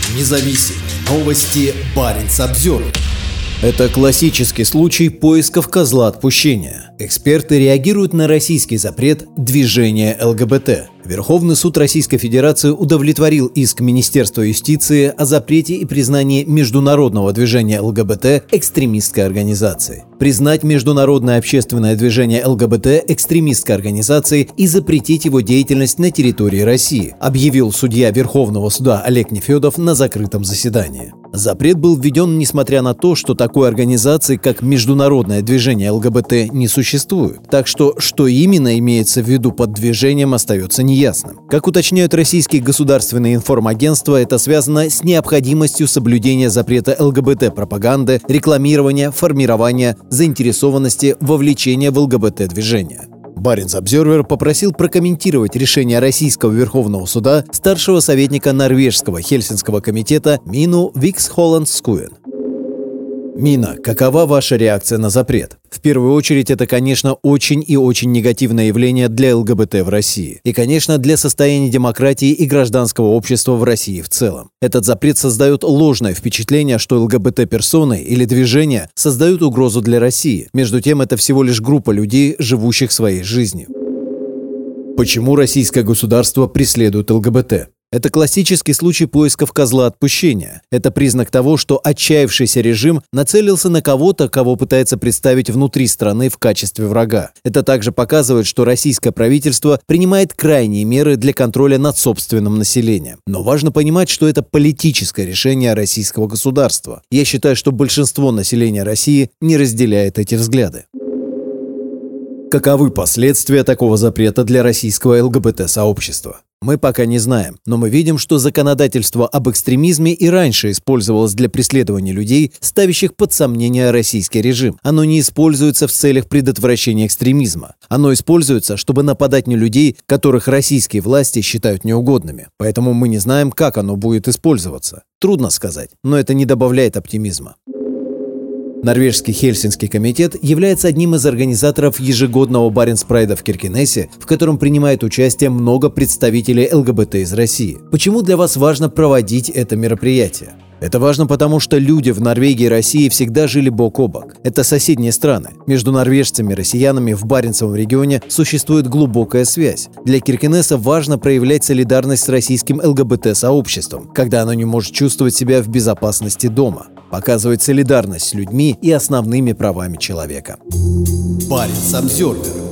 Независимые новости. Баренц-Обзервер. Это классический случай поисков козла отпущения. Эксперты реагируют на российский запрет движения ЛГБТ. Верховный суд Российской Федерации удовлетворил иск Министерства юстиции о запрете и признании международного движения ЛГБТ экстремистской организацией. Признать международное общественное движение ЛГБТ экстремистской организацией и запретить его деятельность на территории России, объявил судья Верховного суда Олег Нефедов на закрытом заседании. Запрет был введен несмотря на то, что такой организации, как Международное движение ЛГБТ, не существует. Так что именно имеется в виду под движением, остается неясным. Как уточняют российские государственные информагентства, это связано с необходимостью соблюдения запрета ЛГБТ-пропаганды, рекламирования, формирования, заинтересованности, вовлечения в ЛГБТ-движение. Баренц-Обзервер попросил прокомментировать решение Российского Верховного суда старшего советника Норвежского Хельсинского комитета Мину Виксхолландскуен. Мина, какова ваша реакция на запрет? В первую очередь, это, конечно, очень и очень негативное явление для ЛГБТ в России. И, конечно, для состояния демократии и гражданского общества в России в целом. Этот запрет создает ложное впечатление, что ЛГБТ-персоны или движения создают угрозу для России. Между тем, это всего лишь группа людей, живущих своей жизнью. Почему российское государство преследует ЛГБТ? Это классический случай поисков козла отпущения. Это признак того, что отчаявшийся режим нацелился на кого-то, кого пытается представить внутри страны в качестве врага. Это также показывает, что российское правительство принимает крайние меры для контроля над собственным населением. Но важно понимать, что это политическое решение российского государства. Я считаю, что большинство населения России не разделяет эти взгляды. Каковы последствия такого запрета для российского ЛГБТ-сообщества? Мы пока не знаем, но мы видим, что законодательство об экстремизме и раньше использовалось для преследования людей, ставящих под сомнение российский режим. Оно не используется в целях предотвращения экстремизма. Оно используется, чтобы нападать на людей, которых российские власти считают неугодными. Поэтому мы не знаем, как оно будет использоваться. Трудно сказать, но это не добавляет оптимизма. Норвежский Хельсинский комитет является одним из организаторов ежегодного Баренц-прайда в Киркенесе, в котором принимает участие много представителей ЛГБТ из России. Почему для вас важно проводить это мероприятие? Это важно потому, что люди в Норвегии и России всегда жили бок о бок. Это соседние страны. Между норвежцами и россиянами в Баренцевом регионе существует глубокая связь. Для Киркенеса важно проявлять солидарность с российским ЛГБТ-сообществом, когда оно не может чувствовать себя в безопасности дома. Показывать солидарность с людьми и основными правами человека. Баренц-Обзервер.